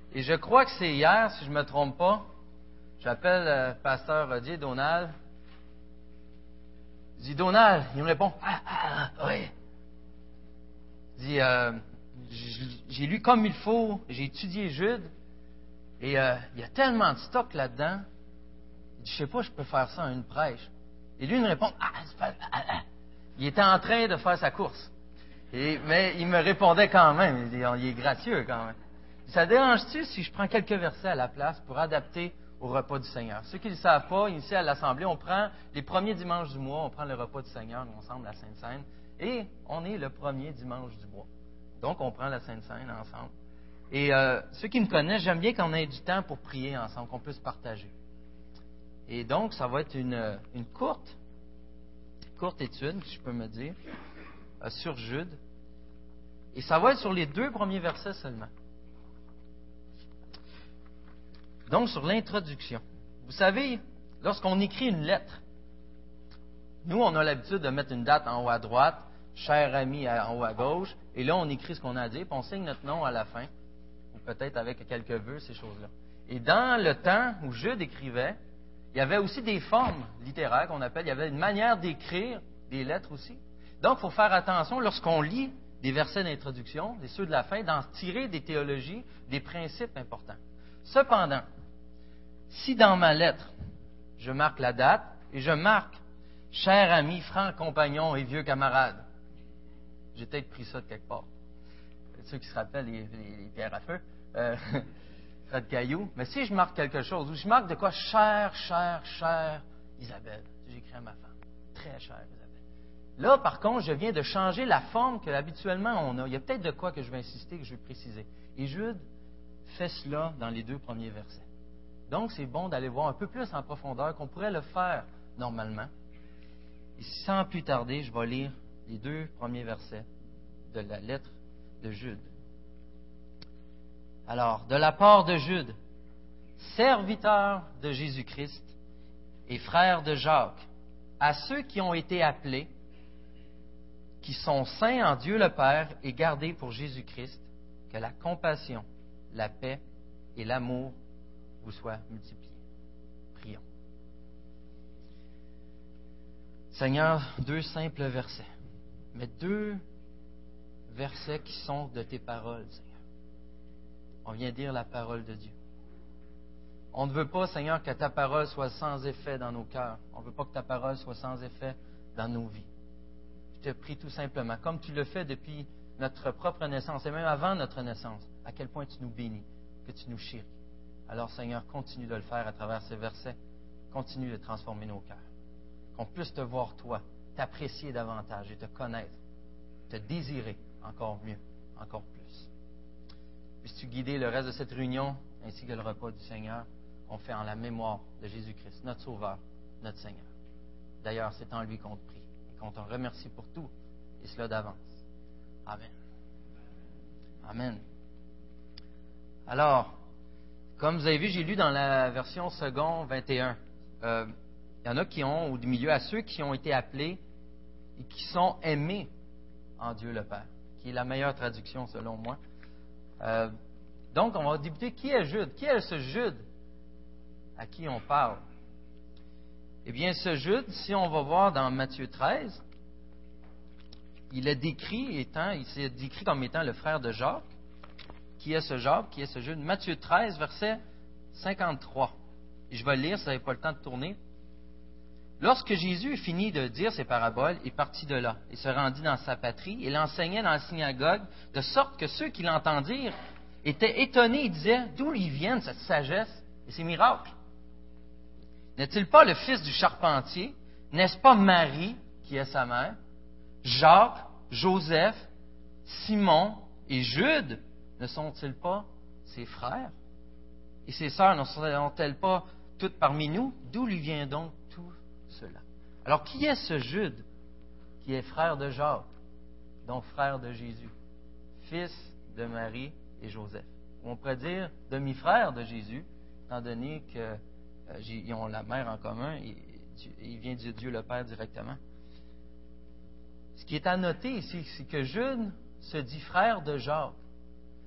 Et je crois que c'est hier, si je ne me trompe pas. J'appelle pasteur Rodier, Donald. Je dis, Donald, il me répond, oui. Je dis, j'ai lu comme il faut, j'ai étudié Jude, et il y a tellement de stock là-dedans. Il dit, je sais pas, je peux faire ça en une prêche. Et lui, il me répond, il était en train de faire sa course. Mais il me répondait quand même, il est gracieux quand même. Ça dérange-tu si je prends quelques versets à la place pour adapter au repas du Seigneur? Ceux qui ne le savent pas, ici à l'Assemblée, on prend les premiers dimanches du mois, on prend le repas du Seigneur ensemble, la Sainte Seine, et on est le premier dimanche du mois. Donc, on prend la Sainte Seine ensemble. Et ceux qui me connaissent, j'aime bien qu'on ait du temps pour prier ensemble, qu'on puisse partager. Et donc, ça va être une courte étude, si je peux me dire, sur Jude. Et ça va être sur les 2 premiers versets seulement. Donc, sur l'introduction. Vous savez, lorsqu'on écrit une lettre, nous, on a l'habitude de mettre une date en haut à droite, cher ami en haut à gauche, et là, on écrit ce qu'on a à dire, puis on signe notre nom à la fin, ou peut-être avec quelques vœux, ces choses-là. Et dans le temps où Jude écrivait, il y avait aussi des formes littéraires qu'on appelle, il y avait une manière d'écrire des lettres aussi. Donc, il faut faire attention lorsqu'on lit des versets d'introduction, des ceux de la fin, d'en tirer des théologies, des principes importants. Cependant, si dans ma lettre, je marque la date et je marque « cher ami, franc compagnon et vieux camarade », j'ai peut-être pris ça de quelque part. Ceux qui se rappellent les pierres à feu, Fred Caillou. Mais si je marque quelque chose, ou je marque de quoi « cher Isabelle », j'écris à ma femme, « très chère Isabelle ». Là, par contre, je viens de changer la forme que habituellement on a. Il y a peut-être de quoi que je vais insister, que je vais préciser. Et Jude fait cela dans les 2 premiers versets. Donc, c'est bon d'aller voir un peu plus en profondeur qu'on pourrait le faire normalement. Et sans plus tarder, je vais lire les 2 premiers versets de la lettre de Jude. Alors, de la part de Jude, serviteur de Jésus-Christ et frère de Jacques, à ceux qui ont été appelés, qui sont saints en Dieu le Père et gardés pour Jésus-Christ, que la compassion, la paix et l'amour vous soient multipliés. Prions. Seigneur, 2 simples versets, mais 2 versets qui sont de tes paroles, Seigneur. On vient dire la parole de Dieu. On ne veut pas, Seigneur, que ta parole soit sans effet dans nos cœurs. On ne veut pas que ta parole soit sans effet dans nos vies. Je te prie tout simplement, comme tu le fais depuis notre propre naissance et même avant notre naissance, à quel point tu nous bénis, que tu nous chéris. Alors, Seigneur, continue de le faire à travers ces versets. Continue de transformer nos cœurs. Qu'on puisse te voir, toi, t'apprécier davantage et te connaître, te désirer encore mieux, encore plus. Puisses-tu guider le reste de cette réunion ainsi que le repas du Seigneur qu'on fait en la mémoire de Jésus-Christ, notre Sauveur, notre Seigneur. D'ailleurs, c'est en lui qu'on te prie et qu'on te remercie pour tout, et cela d'avance. Amen. Amen. Alors, comme vous avez vu, j'ai lu dans la version second 21. Il y en a qui ont, ou du milieu, à ceux qui ont été appelés et qui sont aimés en Dieu le Père, qui est la meilleure traduction selon moi. Donc, on va débuter. Qui est Jude? Qui est ce Jude à qui on parle? Eh bien, ce Jude, si on va voir dans Matthieu 13, il s'est décrit comme étant le frère de Jacques. Qui est ce Jacques? Qui est ce Jude? Matthieu 13, verset 53. Et je vais le lire, si vous n'avez pas le temps de tourner. Lorsque Jésus eut fini de dire ces paraboles, il partit de là et se rendit dans sa patrie. Il enseignait dans la synagogue, de sorte que ceux qui l'entendirent étaient étonnés et disaient, d'où lui viennent cette sagesse et ces miracles? N'est-il pas le fils du charpentier? N'est-ce pas Marie, qui est sa mère? Jacques, Joseph, Simon et Jude, ne sont-ils pas ses frères? Et ses sœurs ne sont-elles pas toutes parmi nous? D'où lui vient donc tout cela? Alors, qui est ce Jude qui est frère de Jacques, donc frère de Jésus, fils de Marie et Joseph? On pourrait dire demi-frère de Jésus, étant donné qu'ils ont la mère en commun et il vient de Dieu le Père directement. Ce qui est à noter ici, c'est que Jude se dit frère de Jacques.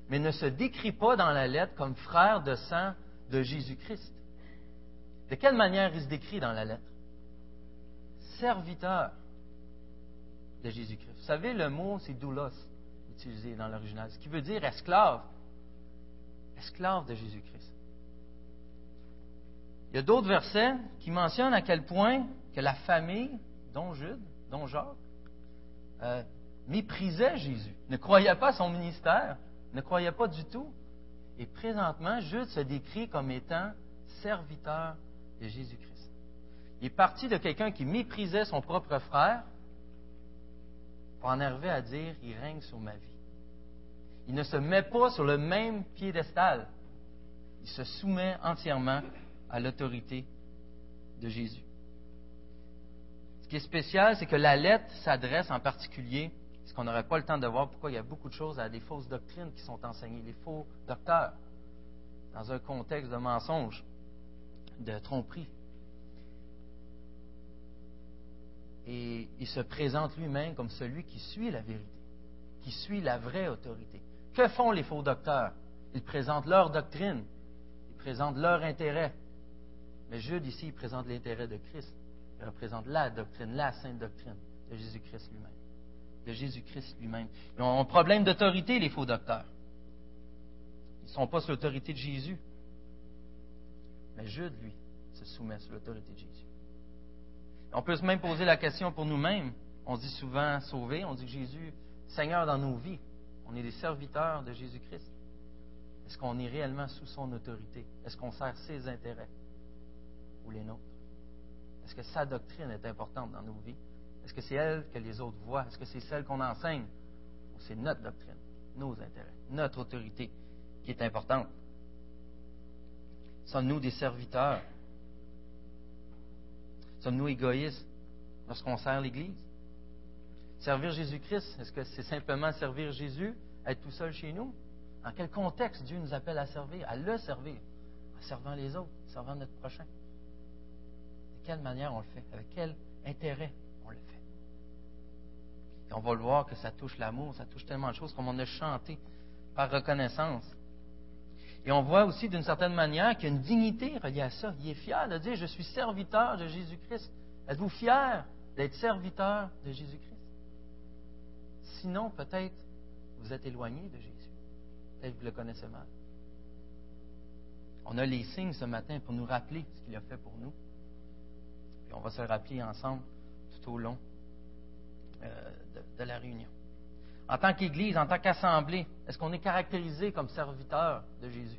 mais ne se décrit pas dans la lettre comme frère de sang de Jésus-Christ. De quelle manière il se décrit dans la lettre? Serviteur de Jésus-Christ. Vous savez, le mot, c'est doulos, utilisé dans l'original, ce qui veut dire esclave. Esclave de Jésus-Christ. Il y a d'autres versets qui mentionnent à quel point que la famille, dont Jude, dont Jacques, méprisait Jésus, ne croyait pas à son ministère, ne croyait pas du tout. Et présentement, Jude se décrit comme étant serviteur de Jésus-Christ. Il est parti de quelqu'un qui méprisait son propre frère pour en arriver à dire « Il règne sur ma vie ». Il ne se met pas sur le même piédestal. Il se soumet entièrement à l'autorité de Jésus. Ce qui est spécial, c'est que la lettre s'adresse en particulier, ce qu'on n'aurait pas le temps de voir, pourquoi il y a beaucoup de choses à des fausses doctrines qui sont enseignées, les faux docteurs, dans un contexte de mensonge, de tromperie. Et il se présente lui-même comme celui qui suit la vérité, qui suit la vraie autorité. Que font les faux docteurs? Ils présentent leur doctrine, ils présentent leur intérêt. Mais Jude, ici, il présente l'intérêt de Christ. Il représente la doctrine, la sainte doctrine de Jésus-Christ lui-même. De Jésus-Christ lui-même. Ils ont un problème d'autorité, les faux docteurs. Ils ne sont pas sous l'autorité de Jésus. Mais Jude, lui, se soumet sous l'autorité de Jésus. On peut même poser la question pour nous-mêmes. On dit souvent sauvé, on dit que Jésus, Seigneur dans nos vies. On est des serviteurs de Jésus-Christ. Est-ce qu'on est réellement sous son autorité? Est-ce qu'on sert ses intérêts ou les nôtres? Est-ce que sa doctrine est importante dans nos vies? Est-ce que c'est elle que les autres voient? Est-ce que c'est celle qu'on enseigne? Ou c'est notre doctrine, nos intérêts, notre autorité qui est importante? Sommes-nous des serviteurs? Sommes-nous égoïstes lorsqu'on sert l'Église? Servir Jésus-Christ, est-ce que c'est simplement servir Jésus, être tout seul chez nous? Dans quel contexte Dieu nous appelle à servir, à le servir, en servant les autres, en servant notre prochain? De quelle manière on le fait? Avec quel intérêt on le fait? Et on va le voir que ça touche l'amour, ça touche tellement de choses, comme on a chanté, par reconnaissance. Et on voit aussi d'une certaine manière qu'il y a une dignité reliée à ça. Il est fier de dire « Je suis serviteur de Jésus-Christ ». Êtes-vous fier d'être serviteur de Jésus-Christ? Sinon, peut-être vous êtes éloigné de Jésus. Peut-être vous le connaissez mal. On a les signes ce matin pour nous rappeler ce qu'il a fait pour nous. Puis on va se le rappeler ensemble tout au long de la réunion. En tant qu'Église, en tant qu'Assemblée, est-ce qu'on est caractérisé comme serviteur de Jésus?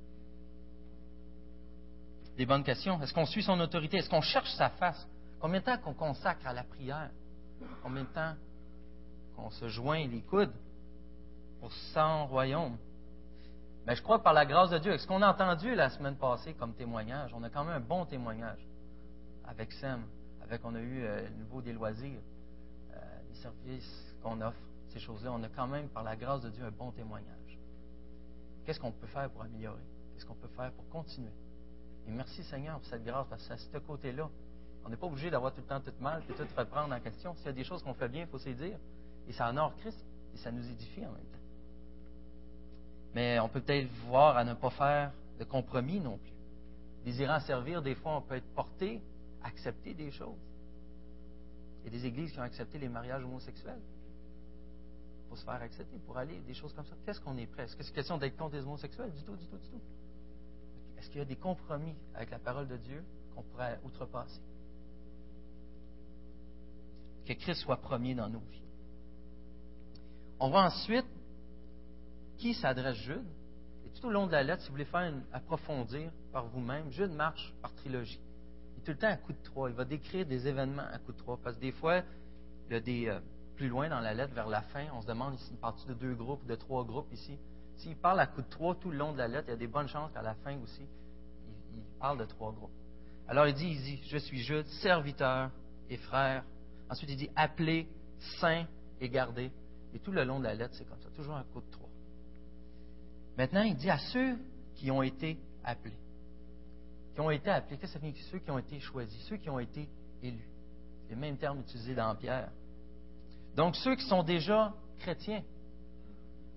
Des bonnes questions. Est-ce qu'on suit son autorité? Est-ce qu'on cherche sa face? Combien de temps qu'on consacre à la prière? Combien de temps qu'on se joint les coudes pour son royaume? Mais je crois que par la grâce de Dieu, avec ce qu'on a entendu la semaine passée comme témoignage, on a quand même un bon témoignage avec Sam, on a eu au niveau des loisirs, les services qu'on offre. Ces choses-là, on a quand même, par la grâce de Dieu, un bon témoignage. Qu'est-ce qu'on peut faire pour améliorer? Qu'est-ce qu'on peut faire pour continuer? Et merci Seigneur pour cette grâce, parce que à ce côté-là, on n'est pas obligé d'avoir tout le temps tout mal et tout reprendre en question. S'il y a des choses qu'on fait bien, il faut se les dire. Et ça honore Christ et ça nous édifie en même temps. Mais on peut peut-être voir à ne pas faire de compromis non plus. Désirant servir, des fois, on peut être porté à accepter des choses. Il y a des églises qui ont accepté les mariages homosexuels. Pour se faire accepter, pour aller, des choses comme ça. Qu'est-ce qu'on est prêt? Est-ce que c'est question d'être contre les homosexuels? Du tout. Est-ce qu'il y a des compromis avec la parole de Dieu qu'on pourrait outrepasser? Que Christ soit premier dans nos vies. On voit ensuite qui s'adresse Jude. Et tout au long de la lettre, si vous voulez approfondir par vous-même, Jude marche par trilogie. Il est tout le temps à coup de trois. Il va décrire des événements à coup de trois. Parce que des fois, il y a des... plus loin dans la lettre, vers la fin, on se demande s'il parle de 2 groupes, de 3 groupes ici. S'il parle à coup de 3 tout le long de la lettre, il y a des bonnes chances qu'à la fin aussi, il parle de 3 groupes. Alors il dit, je suis Jude, serviteur et frère. Ensuite, il dit, appelé, saint et gardé. Et tout le long de la lettre, c'est comme ça, toujours un coup de 3. Maintenant, il dit à ceux qui ont été appelés. Qui ont été appelés, qu'est-ce que ça signifie? Ceux qui ont été choisis, ceux qui ont été élus. C'est le même terme utilisé dans Pierre. Donc, ceux qui sont déjà chrétiens,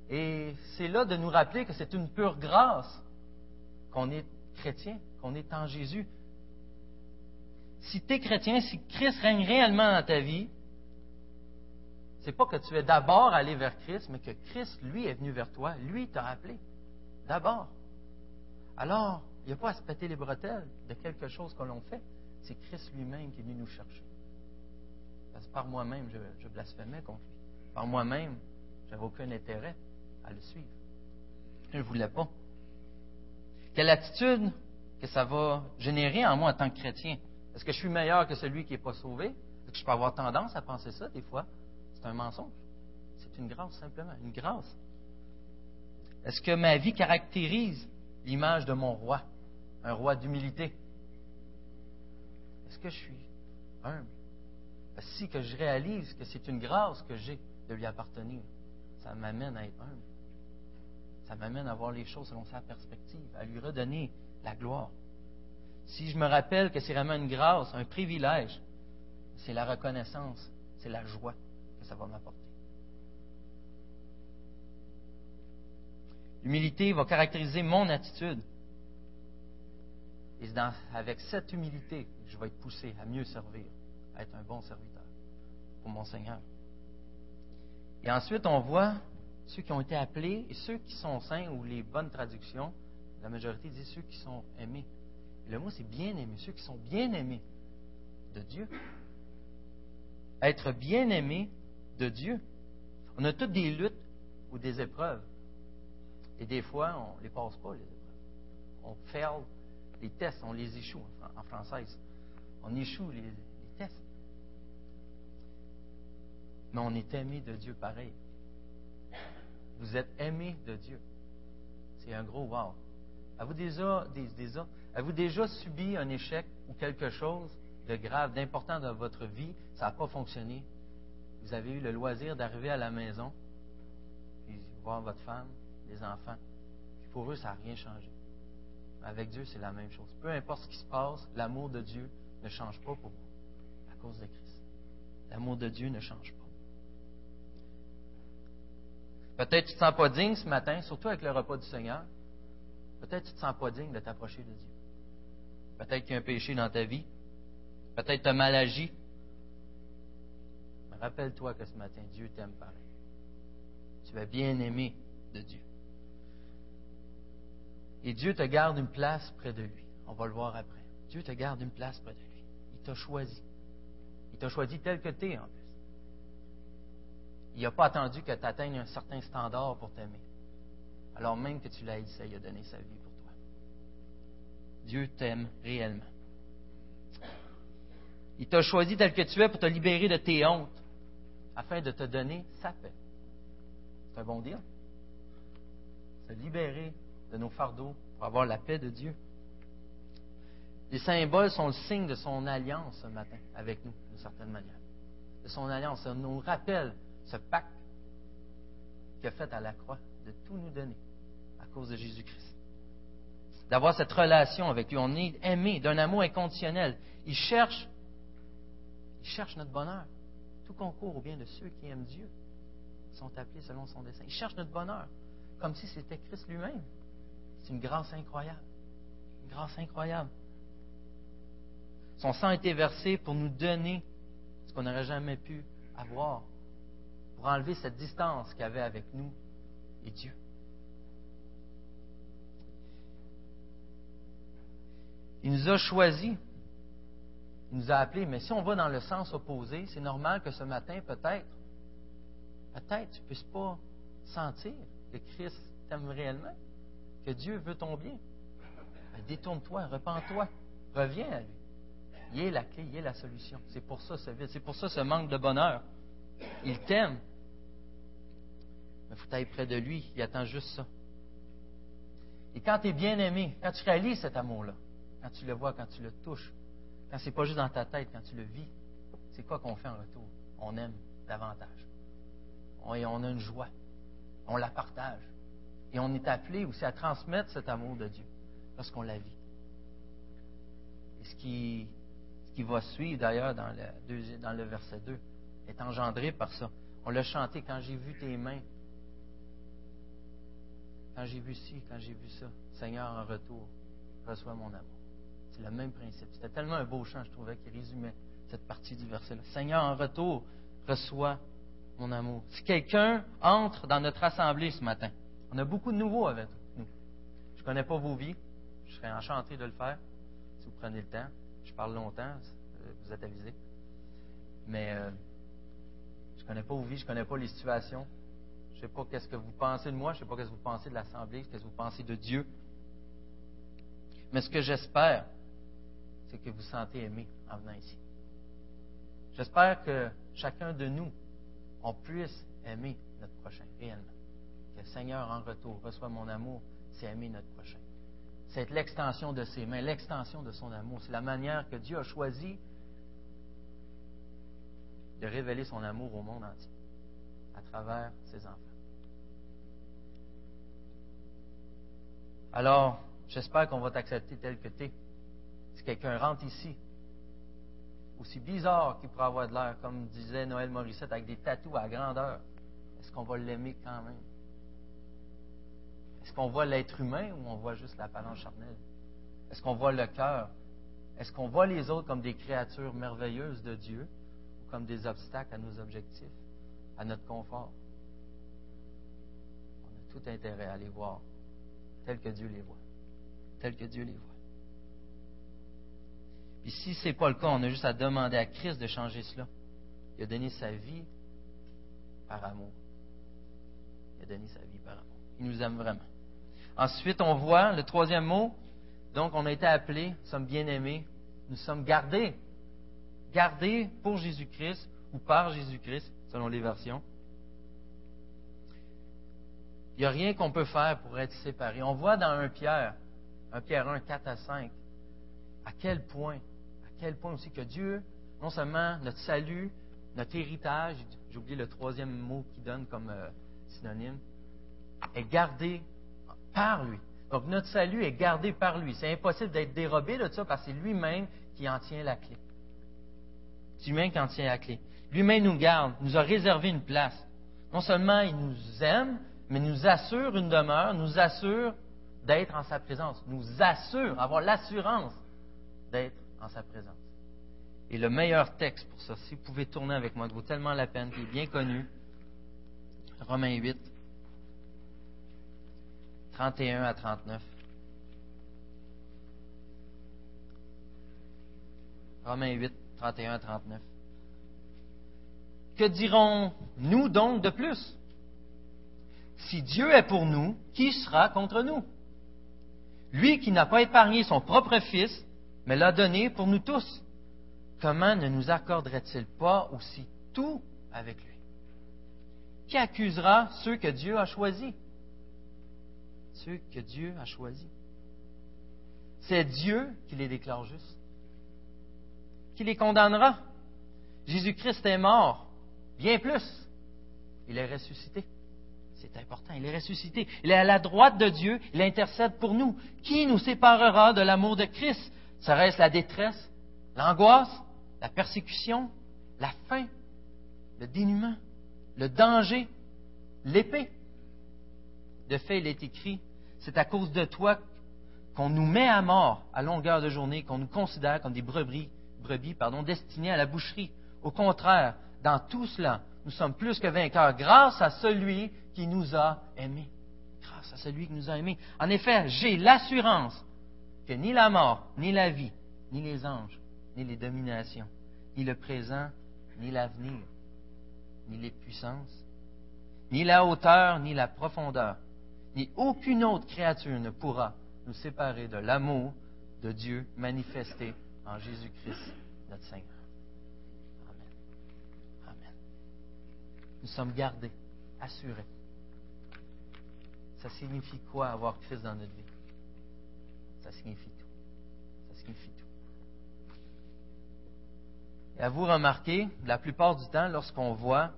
Et c'est là de nous rappeler que c'est une pure grâce qu'on est chrétien, qu'on est en Jésus. Si tu es chrétien, si Christ règne réellement dans ta vie, c'est pas que tu es d'abord allé vers Christ, mais que Christ, lui, est venu vers toi. Lui t'a appelé. D'abord. Alors, il n'y a pas à se péter les bretelles de quelque chose que l'on fait. C'est Christ lui-même qui est venu nous chercher. Parce que par moi-même, je blasphémais contre lui. Par moi-même, je n'avais aucun intérêt à le suivre. Je ne voulais pas. Quelle attitude que ça va générer en moi en tant que chrétien? Est-ce que je suis meilleur que celui qui n'est pas sauvé? Est-ce que je peux avoir tendance à penser ça des fois? C'est un mensonge. C'est une grâce, simplement. Une grâce. Est-ce que ma vie caractérise l'image de mon roi? Un roi d'humilité? Est-ce que je suis humble? Si que je réalise que c'est une grâce que j'ai de lui appartenir, ça m'amène à être humble. Ça m'amène à voir les choses selon sa perspective, à lui redonner la gloire. Si je me rappelle que c'est vraiment une grâce, un privilège, c'est la reconnaissance, c'est la joie que ça va m'apporter. L'humilité va caractériser mon attitude. Et c'est avec cette humilité que je vais être poussé à mieux servir, à être un bon serviteur pour mon Seigneur. Et ensuite, on voit ceux qui ont été appelés et ceux qui sont saints, ou les bonnes traductions, la majorité dit ceux qui sont aimés. Et le mot, c'est bien-aimés, ceux qui sont bien-aimés de Dieu. Être bien-aimé de Dieu. On a toutes des luttes ou des épreuves. Et des fois, on ne les passe pas, les épreuves. On fail les tests, on les échoue en française. On échoue les tests. Mais on est aimé de Dieu pareil. Vous êtes aimé de Dieu. C'est un gros wow. Avez-vous déjà subi un échec ou quelque chose de grave, d'important dans votre vie, ça n'a pas fonctionné? Vous avez eu le loisir d'arriver à la maison, puis voir votre femme, les enfants, puis pour eux, ça n'a rien changé. Avec Dieu, c'est la même chose. Peu importe ce qui se passe, l'amour de Dieu ne change pas pour vous, à cause de Christ. L'amour de Dieu ne change pas. Peut-être que tu ne te sens pas digne ce matin, surtout avec le repas du Seigneur. Peut-être que tu ne te sens pas digne de t'approcher de Dieu. Peut-être qu'il y a un péché dans ta vie. Peut-être que tu as mal agi. Mais rappelle-toi que ce matin, Dieu t'aime pareil. Tu es bien aimé de Dieu. Et Dieu te garde une place près de lui. On va le voir après. Dieu te garde une place près de lui. Il t'a choisi. Il t'a choisi tel que tu es en plus. Il n'a pas attendu que tu atteignes un certain standard pour t'aimer. Alors même que tu l'haïssais, il a donné sa vie pour toi. Dieu t'aime réellement. Il t'a choisi tel que tu es pour te libérer de tes hontes, afin de te donner sa paix. C'est un bon deal. Se libérer de nos fardeaux pour avoir la paix de Dieu. Les symboles sont le signe de son alliance ce matin avec nous, d'une certaine manière. De son alliance, ça nous rappelle ce pacte qu'il a fait à la croix, de tout nous donner à cause de Jésus-Christ. D'avoir cette relation avec lui. On est aimé d'un amour inconditionnel. Il cherche notre bonheur. Tout concourt au bien de ceux qui aiment Dieu sont appelés selon son dessein. Il cherche notre bonheur, comme si c'était Christ lui-même. C'est une grâce incroyable. Une grâce incroyable. Son sang a été versé pour nous donner ce qu'on n'aurait jamais pu avoir, pour enlever cette distance qu'il y avait avec nous et Dieu. Il nous a choisis, il nous a appelés, mais si on va dans le sens opposé, c'est normal que ce matin, peut-être, tu ne puisses pas sentir que Christ t'aime réellement, que Dieu veut ton bien. Ben, détourne-toi, repens-toi, reviens à lui. Il est la clé, il est la solution. C'est pour ça ce vide, c'est pour ça ce manque de bonheur. Il t'aime. Mais il faut aller près de lui, il attend juste ça. Et quand tu es bien aimé, quand tu réalises cet amour-là, quand tu le vois, quand tu le touches, quand c'est pas juste dans ta tête, quand tu le vis, c'est quoi qu'on fait en retour? On aime davantage. Et on a une joie. On la partage. Et on est appelé aussi à transmettre cet amour de Dieu lorsqu'on la vit. Et ce qui va suivre d'ailleurs dans le verset 2 est engendré par ça. On l'a chanté, quand j'ai vu tes mains quand j'ai vu ci, quand j'ai vu ça, Seigneur, en retour, reçois mon amour. C'est le même principe. C'était tellement un beau chant, je trouvais, qui résumait cette partie du verset-là. Seigneur, en retour, reçois mon amour. Si quelqu'un entre dans notre assemblée ce matin, on a beaucoup de nouveaux avec nous. Je ne connais pas vos vies. Je serais enchanté de le faire, si vous prenez le temps. Je parle longtemps, vous êtes avisés. Mais je ne connais pas vos vies, je ne connais pas les situations. Je ne sais pas qu'est-ce que vous pensez de moi, je ne sais pas qu'est-ce que vous pensez de l'Assemblée, qu'est-ce que vous pensez de Dieu. Mais ce que j'espère, c'est que vous vous sentez aimé en venant ici. J'espère que chacun de nous, on puisse aimer notre prochain, réellement. Que le Seigneur, en retour, reçoit mon amour, c'est aimer notre prochain. C'est être l'extension de ses mains, l'extension de son amour. C'est la manière que Dieu a choisi de révéler son amour au monde entier, à travers ses enfants. Alors, j'espère qu'on va t'accepter tel que tu es. Si quelqu'un rentre ici, aussi bizarre qu'il pourrait avoir de l'air, comme disait Noël Morissette, avec des tatous à grandeur, est-ce qu'on va l'aimer quand même? Est-ce qu'on voit l'être humain ou on voit juste l'apparence charnelle? Est-ce qu'on voit le cœur? Est-ce qu'on voit les autres comme des créatures merveilleuses de Dieu ou comme des obstacles à nos objectifs, à notre confort? On a tout intérêt à les voir tels que Dieu les voit. Tels que Dieu les voit. Puis si ce n'est pas le cas, on a juste à demander à Christ de changer cela. Il a donné sa vie par amour. Il a donné sa vie par amour. Il nous aime vraiment. Ensuite, on voit le troisième mot. Donc, on a été appelés, nous sommes bien-aimés, nous sommes gardés. Gardés pour Jésus-Christ ou par Jésus-Christ, selon les versions. Il n'y a rien qu'on peut faire pour être séparés. On voit dans 1 Pierre 1, 4 à 5, à quel point aussi que Dieu, non seulement notre salut, notre héritage, j'ai oublié le troisième mot qu'il donne comme synonyme, est gardé par lui. Donc notre salut est gardé par lui. C'est impossible d'être dérobé de ça parce que c'est lui-même qui en tient la clé. C'est lui-même qui en tient la clé. Lui-même nous garde, nous a réservé une place. Non seulement il nous aime, mais nous assure une demeure, nous assure d'être en sa présence, nous assure, avoir l'assurance d'être en sa présence. Et le meilleur texte pour ça, si vous pouvez tourner avec moi, il vaut tellement la peine, qui est bien connu, Romains 8, 31 à 39. Romains 8, 31 à 39. Que dirons-nous donc de plus? Si Dieu est pour nous, qui sera contre nous? Lui qui n'a pas épargné son propre Fils, mais l'a donné pour nous tous, comment ne nous accorderait-il pas aussi tout avec lui? Qui accusera ceux que Dieu a choisis? Ceux que Dieu a choisis. C'est Dieu qui les déclare justes. Qui les condamnera? Jésus-Christ est mort, bien plus. Il est ressuscité. C'est important, il est ressuscité. Il est à la droite de Dieu, il intercède pour nous. Qui nous séparera de l'amour de Christ? Serait-ce la détresse, l'angoisse, la persécution, la faim, le dénuement, le danger, l'épée? De fait, il est écrit, c'est à cause de toi qu'on nous met à mort à longueur de journée, qu'on nous considère comme des brebis destinées à la boucherie. Au contraire, dans tout cela, nous sommes plus que vainqueurs grâce à celui qui nous a aimés. Grâce à celui qui nous a aimés. En effet, j'ai l'assurance que ni la mort, ni la vie, ni les anges, ni les dominations, ni le présent, ni l'avenir, ni les puissances, ni la hauteur, ni la profondeur, ni aucune autre créature ne pourra nous séparer de l'amour de Dieu manifesté en Jésus-Christ, notre Seigneur. Amen. Amen. Nous sommes gardés, assurés. Ça signifie quoi avoir Christ dans notre vie? Ça signifie tout. Ça signifie tout. Et à vous remarquer, la plupart du temps, lorsqu'on voit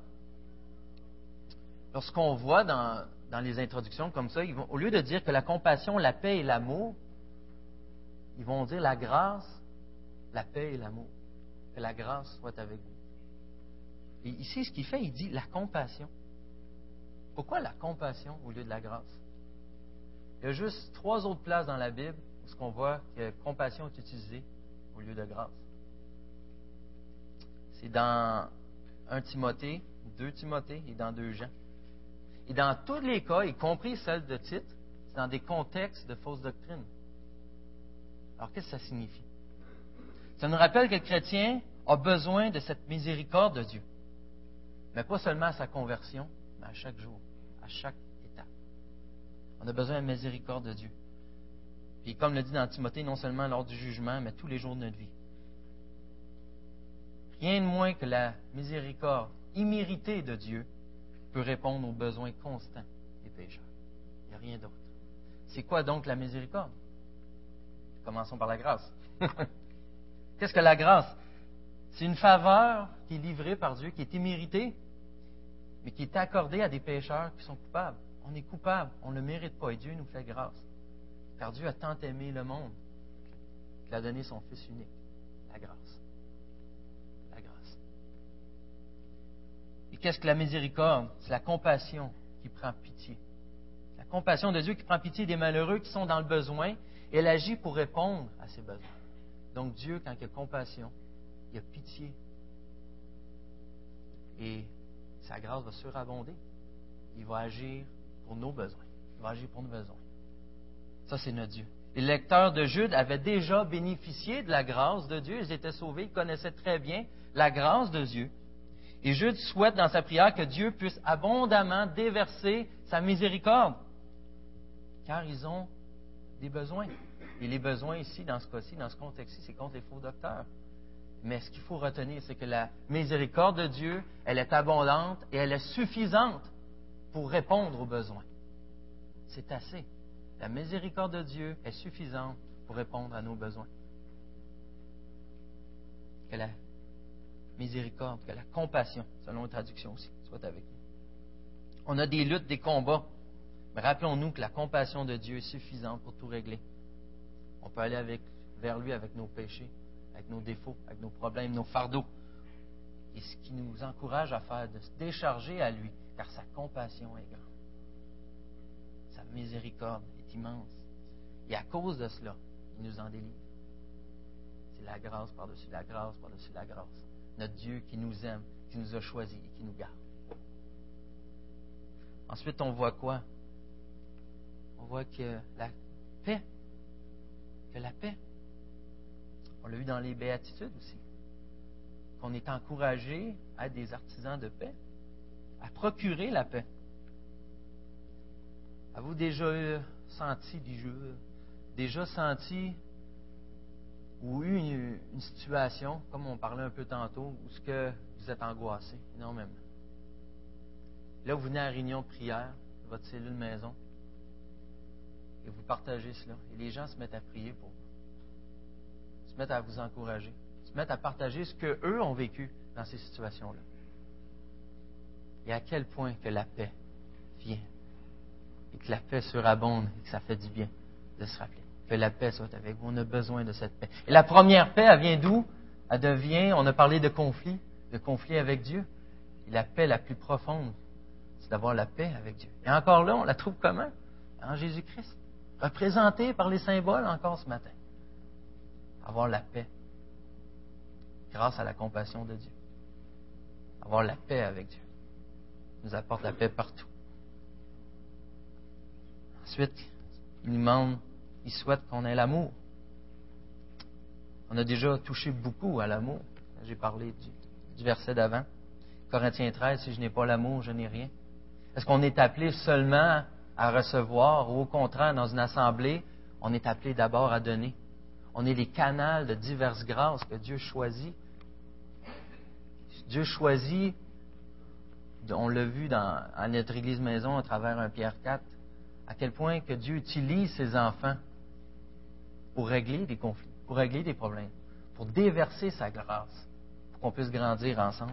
dans les introductions comme ça, au lieu de dire que la compassion, la paix et l'amour, ils vont dire la grâce, la paix et l'amour. Que la grâce soit avec vous. Et ici, ce qu'il fait, il dit la compassion. Pourquoi la compassion au lieu de la grâce? Il y a juste 3 autres places dans la Bible où ce qu'on voit que compassion est utilisée au lieu de grâce. C'est dans 1 Timothée, 2 Timothée et dans 2 Jean. Et dans tous les cas, y compris celle de Tite, c'est dans des contextes de fausses doctrines. Alors, qu'est-ce que ça signifie? Ça nous rappelle que le chrétien a besoin de cette miséricorde de Dieu. Mais pas seulement à sa conversion, mais à chaque jour, à chaque étape. On a besoin de la miséricorde de Dieu. Puis comme le dit dans Timothée, non seulement lors du jugement, mais tous les jours de notre vie. Rien de moins que la miséricorde imméritée de Dieu peut répondre aux besoins constants des pécheurs. Il n'y a rien d'autre. C'est quoi donc la miséricorde? Commençons par la grâce. Qu'est-ce que la grâce? C'est une faveur qui est livrée par Dieu, qui est imméritée, mais qui est accordée à des pécheurs qui sont coupables. On est coupable, on ne le mérite pas, et Dieu nous fait grâce. Car Dieu a tant aimé le monde qu'il a donné son Fils unique. La grâce. La grâce. Et qu'est-ce que la miséricorde? C'est la compassion qui prend pitié. La compassion de Dieu qui prend pitié des malheureux qui sont dans le besoin, et elle agit pour répondre à ces besoins. Donc Dieu, quand il a compassion, il a pitié. Et sa grâce va surabonder. Il va agir pour nos besoins. Il va agir pour nos besoins. Ça, c'est notre Dieu. Les lecteurs de Jude avaient déjà bénéficié de la grâce de Dieu. Ils étaient sauvés. Ils connaissaient très bien la grâce de Dieu. Et Jude souhaite dans sa prière que Dieu puisse abondamment déverser sa miséricorde. Car ils ont des besoins. Et les besoins ici, dans ce cas-ci, dans ce contexte-ci, c'est contre les faux docteurs. Mais ce qu'il faut retenir, c'est que la miséricorde de Dieu, elle est abondante et elle est suffisante pour répondre aux besoins. C'est assez. La miséricorde de Dieu est suffisante pour répondre à nos besoins. Que la miséricorde, que la compassion, selon la traduction aussi, soit avec nous. On a des luttes, des combats, mais rappelons-nous que la compassion de Dieu est suffisante pour tout régler. On peut aller vers lui avec nos péchés, avec nos défauts, avec nos problèmes, nos fardeaux. Et ce qui nous encourage à faire, de se décharger à lui, car sa compassion est grande. Sa miséricorde est immense. Et à cause de cela, il nous en délivre. C'est la grâce par-dessus la grâce, par-dessus la grâce. Notre Dieu qui nous aime, qui nous a choisis et qui nous garde. Ensuite, on voit quoi? On voit que la paix. Que la paix. On l'a vu dans les béatitudes aussi. Qu'on est encouragé à être des artisans de paix, à procurer la paix. Avez-vous déjà senti ou eu une situation, comme on parlait un peu tantôt, où ce que vous êtes angoissé énormément? Là, vous venez à la réunion de prière de votre cellule maison et vous partagez cela. Et les gens se mettent à prier pour vous, se mettent à vous encourager, se mettent à partager ce qu'eux ont vécu dans ces situations-là. Et à quel point que la paix vient et que la paix surabonde et que ça fait du bien de se rappeler que la paix soit avec vous. On a besoin de cette paix. Et la première paix, elle vient d'où? Elle devient, on a parlé de conflit avec Dieu. Et la paix la plus profonde, c'est d'avoir la paix avec Dieu. Et encore là, on la trouve comment? En Jésus-Christ. Représenté par les symboles encore ce matin. Avoir la paix grâce à la compassion de Dieu. Avoir la paix avec Dieu. Il nous apporte la paix partout. Ensuite, il nous demande, il souhaite qu'on ait l'amour. On a déjà touché beaucoup à l'amour. J'ai parlé du verset d'avant. Corinthiens 13, si je n'ai pas l'amour, je n'ai rien. Est-ce qu'on est appelé seulement à recevoir ou au contraire, dans une assemblée, on est appelé d'abord à donner? On est les canaux de diverses grâces que Dieu choisit. Dieu choisit, on l'a vu à notre Église maison à travers 1 Pierre 4, à quel point que Dieu utilise ses enfants pour régler des conflits, pour régler des problèmes, pour déverser sa grâce, pour qu'on puisse grandir ensemble.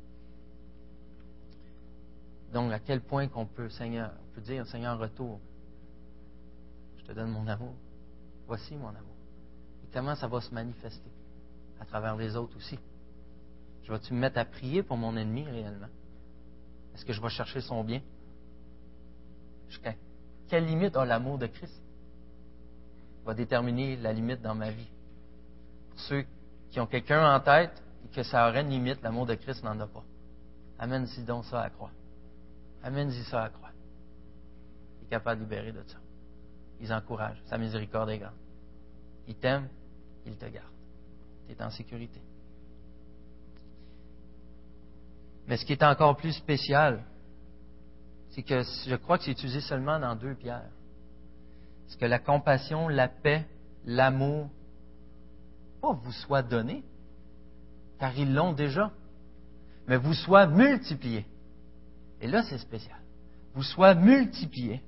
Donc, à quel point qu'on peut, Seigneur, on peut dire, Seigneur, en retour, je te donne mon amour. Voici mon amour. Et comment ça va se manifester à travers les autres aussi? Je vais-tu me mettre à prier pour mon ennemi réellement? Est-ce que je vais chercher son bien? Jusqu'à Quelle limite a l'amour de Christ? Va déterminer la limite dans ma vie. Pour ceux qui ont quelqu'un en tête et que ça aurait une limite, l'amour de Christ n'en a pas. Amène-y donc ça à la croix. Amène-y ça à la croix. Il est capable de libérer de ça. Il encourage. Sa miséricorde est grande. Il t'aime, il te garde. Tu es en sécurité. Mais ce qui est encore plus spécial, c'est que je crois que c'est utilisé seulement dans 2 Pierre. C'est que la compassion, la paix, l'amour, pas vous soit donné, car ils l'ont déjà, mais vous soit multiplié. Et là, c'est spécial. Vous soit multiplié.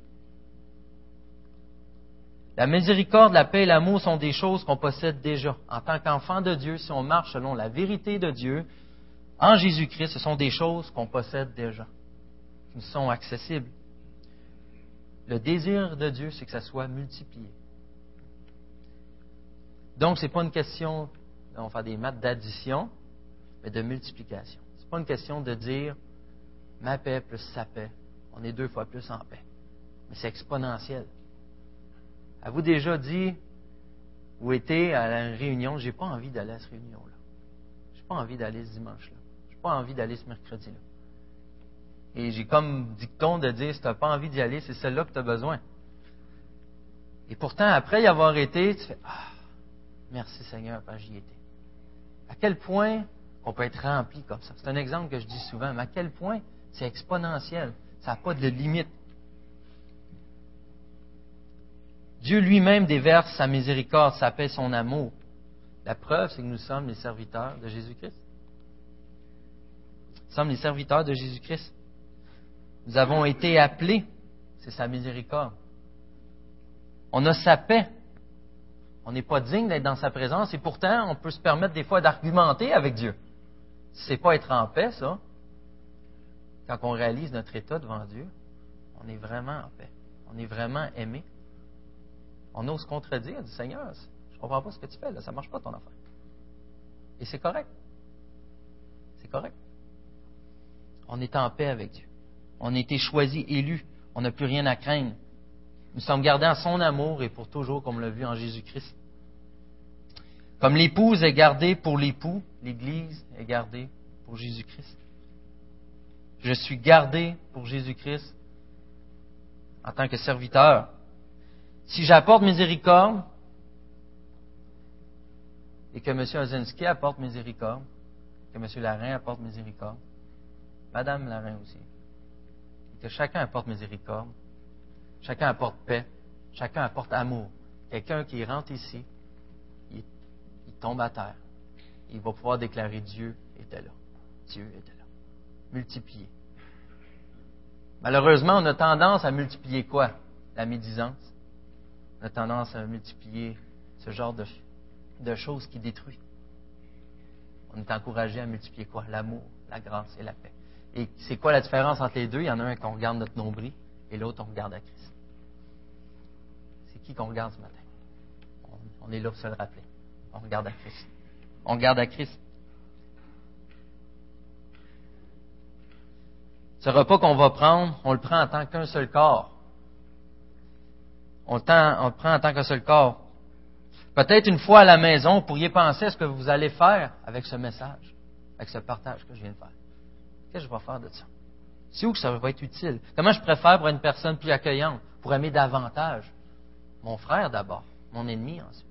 La miséricorde, la paix et l'amour sont des choses qu'on possède déjà. En tant qu'enfant de Dieu, si on marche selon la vérité de Dieu, en Jésus-Christ, ce sont des choses qu'on possède déjà, qui nous sont accessibles. Le désir de Dieu, c'est que ça soit multiplié. Donc, ce n'est pas une question, on va faire des maths d'addition, mais de multiplication. Ce n'est pas une question de dire ma paix plus sa paix. On est 2 fois plus en paix. Mais c'est exponentiel. Avez-vous déjà dit, ou été à la réunion, j'ai pas envie d'aller à cette réunion-là. J'ai pas envie d'aller ce dimanche-là. J'ai pas envie d'aller ce mercredi-là. Et j'ai comme dicton de dire, si tu n'as pas envie d'y aller, c'est celle-là que tu as besoin. Et pourtant, après y avoir été, tu fais, merci Seigneur, quand j'y étais. À quel point on peut être rempli comme ça. C'est un exemple que je dis souvent, mais à quel point c'est exponentiel. Ça n'a pas de limite. Dieu lui-même déverse sa miséricorde, sa paix, son amour. La preuve, c'est que nous sommes les serviteurs de Jésus-Christ. Nous sommes les serviteurs de Jésus-Christ. Nous avons été appelés, c'est sa miséricorde. On a sa paix. On n'est pas digne d'être dans sa présence et pourtant, on peut se permettre des fois d'argumenter avec Dieu. C'est pas être en paix, ça. Quand on réalise notre état devant Dieu, on est vraiment en paix. On est vraiment aimé. On ose contredire, dit Seigneur, je ne comprends pas ce que tu fais, là, ça ne marche pas ton affaire. Et c'est correct. C'est correct. On est en paix avec Dieu. On a été choisis, élus. On n'a plus rien à craindre. Nous sommes gardés en son amour et pour toujours, comme on l'a vu en Jésus-Christ. Comme l'épouse est gardée pour l'époux, l'Église est gardée pour Jésus-Christ. Je suis gardé pour Jésus-Christ en tant que serviteur. Si j'apporte miséricorde et que M. Ozinski apporte miséricorde, que M. Larrain apporte miséricorde, Mme Larrain aussi, et que chacun apporte miséricorde, chacun apporte paix, chacun apporte amour. Quelqu'un qui rentre ici, il tombe à terre. Il va pouvoir déclarer Dieu était là. Dieu était là. Multiplié. Malheureusement, on a tendance à multiplier quoi? La médisance. On a tendance à multiplier ce genre de choses qui détruisent. On est encouragé à multiplier quoi? L'amour, la grâce et la paix. Et c'est quoi la différence entre les deux? Il y en a un qu'on regarde notre nombril et l'autre on regarde à Christ. C'est qui qu'on regarde ce matin? On est là pour se le rappeler. On regarde à Christ. On regarde à Christ. Ce repas qu'on va prendre, on le prend en tant qu'un seul corps. On le prend en tant qu'un seul corps. Peut-être une fois à la maison, vous pourriez penser à ce que vous allez faire avec ce message, avec ce partage que je viens de faire. Qu'est-ce que je vais faire de ça? C'est où que ça va être utile? Comment je préfère pour être une personne plus accueillante, pour aimer davantage mon frère d'abord, mon ennemi ensuite,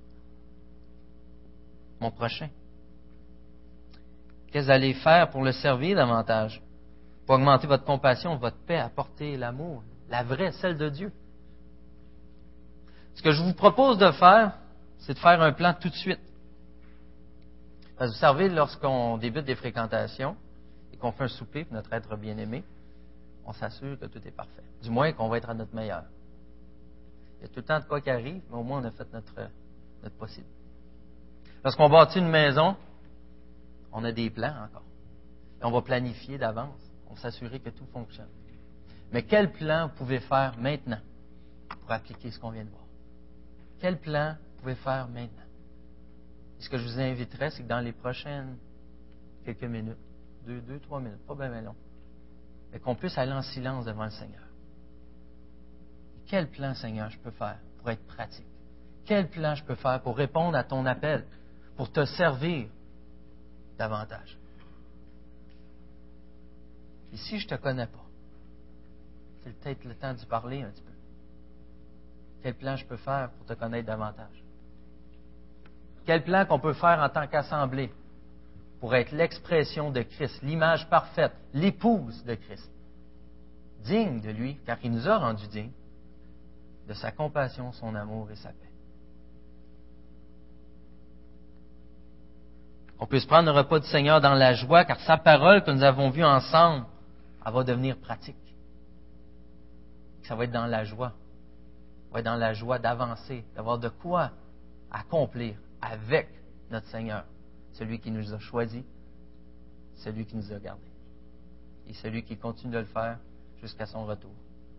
mon prochain? Qu'est-ce que vous allez faire pour le servir davantage? Pour augmenter votre compassion, votre paix, apporter l'amour, la vraie, celle de Dieu. Ce que je vous propose de faire, c'est de faire un plan tout de suite. Parce que vous savez, lorsqu'on débute des fréquentations et qu'on fait un souper pour notre être bien-aimé, on s'assure que tout est parfait. Du moins qu'on va être à notre meilleur. Il y a tout le temps de quoi qui arrive, mais au moins on a fait notre possible. Lorsqu'on bâtit une maison, on a des plans encore. Et on va planifier d'avance. On va s'assurer que tout fonctionne. Mais quel plan vous pouvez faire maintenant pour appliquer ce qu'on vient de voir? Quel plan vous pouvez faire maintenant? Et ce que je vous inviterais, c'est que dans les prochaines quelques minutes, 2-3 minutes, pas bien long, mais qu'on puisse aller en silence devant le Seigneur. Et quel plan, Seigneur, je peux faire pour être pratique? Quel plan je peux faire pour répondre à ton appel, pour te servir davantage? Et si je ne te connais pas, c'est peut-être le temps d'y parler un petit peu. Quel plan je peux faire pour te connaître davantage? Quel plan qu'on peut faire en tant qu'assemblée pour être l'expression de Christ, l'image parfaite, l'épouse de Christ, digne de lui, car il nous a rendus dignes de sa compassion, son amour et sa paix. On peut se prendre le repas du Seigneur dans la joie, car sa parole que nous avons vue ensemble, elle va devenir pratique. Ça va être dans la joie. On va être dans la joie d'avancer, d'avoir de quoi accomplir avec notre Seigneur, celui qui nous a choisis, celui qui nous a gardés, et celui qui continue de le faire jusqu'à son retour.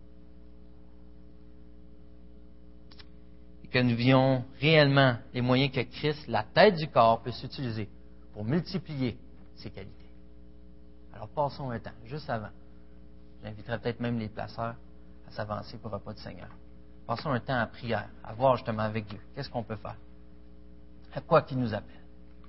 Et que nous vivions réellement les moyens que Christ, la tête du corps, peut s'utiliser pour multiplier ses qualités. Alors passons un temps, juste avant. J'inviterai peut-être même les placeurs à s'avancer pour le repas du Seigneur. Passons un temps à prière, à voir justement avec Dieu. Qu'est-ce qu'on peut faire? À quoi qu'il nous appelle?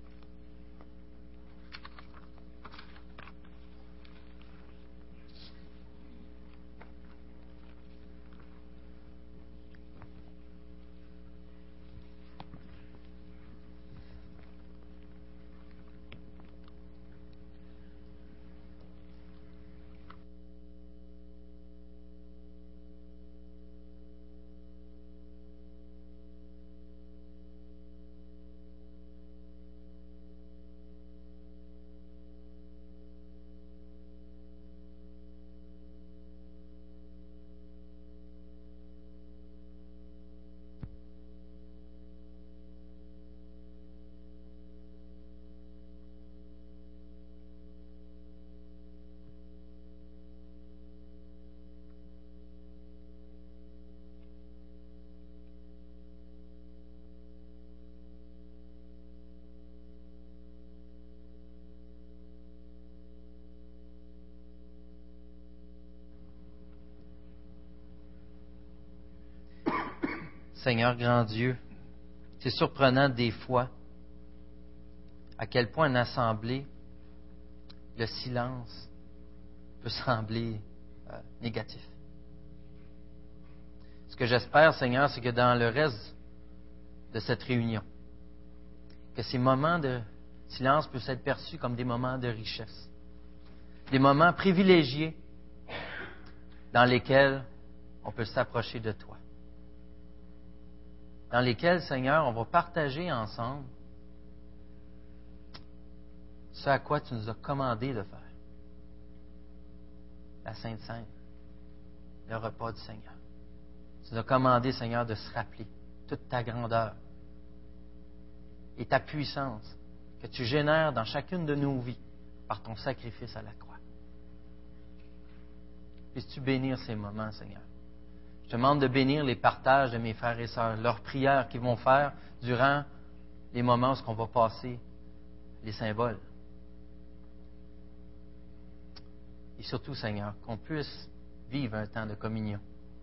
Seigneur grand Dieu, c'est surprenant des fois à quel point une assemblée, le silence peut sembler négatif. Ce que j'espère, Seigneur, c'est que dans le reste de cette réunion, que ces moments de silence puissent être perçus comme des moments de richesse, des moments privilégiés dans lesquels on peut s'approcher de toi, dans lesquels, Seigneur, on va partager ensemble ce à quoi tu nous as commandé de faire. La Sainte Seine, le repas du Seigneur. Tu nous as commandé, Seigneur, de se rappeler toute ta grandeur et ta puissance que tu génères dans chacune de nos vies par ton sacrifice à la croix. Puisses-tu bénir ces moments, Seigneur. Je te demande de bénir les partages de mes frères et sœurs, leurs prières qu'ils vont faire durant les moments où on va passer les symboles. Et surtout, Seigneur, qu'on puisse vivre un temps de communion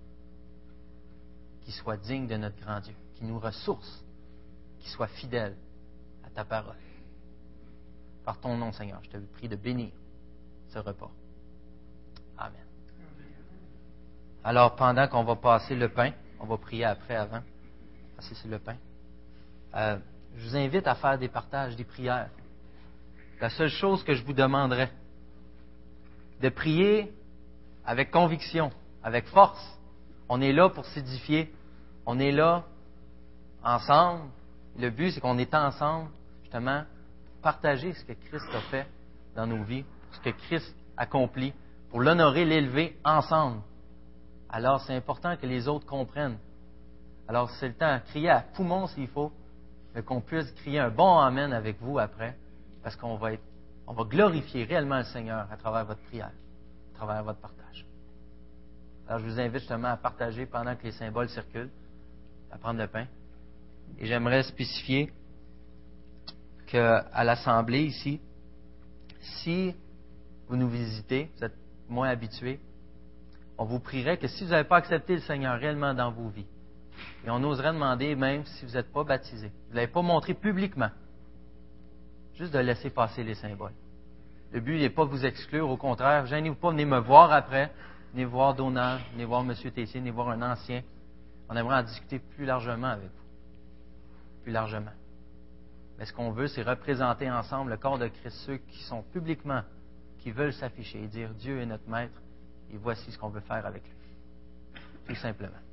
qui soit digne de notre grand Dieu, qui nous ressource, qui soit fidèle à ta parole. Par ton nom, Seigneur, je te prie de bénir ce repas. Amen. Alors, pendant qu'on va passer le pain, on va prier après, avant, passer sur le pain, je vous invite à faire des partages, des prières. La seule chose que je vous demanderais, de prier avec conviction, avec force. On est là pour s'édifier. On est là ensemble. Le but, c'est qu'on est ensemble, justement, pour partager ce que Christ a fait dans nos vies, ce que Christ accomplit, pour l'honorer, l'élever ensemble. Alors, c'est important que les autres comprennent. Alors, c'est le temps à crier à poumon s'il faut, mais qu'on puisse crier un bon Amen avec vous après, parce qu'on va glorifier réellement le Seigneur à travers votre prière, à travers votre partage. Alors, je vous invite justement à partager pendant que les symboles circulent, à prendre le pain. Et j'aimerais spécifier qu'à l'Assemblée ici, si vous nous visitez, vous êtes moins habitués, On vous prierait que si vous n'avez pas accepté le Seigneur réellement dans vos vies, et on oserait demander, même si vous n'êtes pas baptisé, vous ne l'avez pas montré publiquement, juste de laisser passer les symboles. Le but n'est pas de vous exclure, au contraire, gênez-vous pas, venez me voir après, venez voir Donald, venez voir M. Tessier, venez voir un ancien. On aimerait en discuter plus largement avec vous. Plus largement. Mais ce qu'on veut, c'est représenter ensemble le corps de Christ, ceux qui sont publiquement, qui veulent s'afficher et dire Dieu est notre Maître et voici ce qu'on veut faire avec lui. Tout simplement.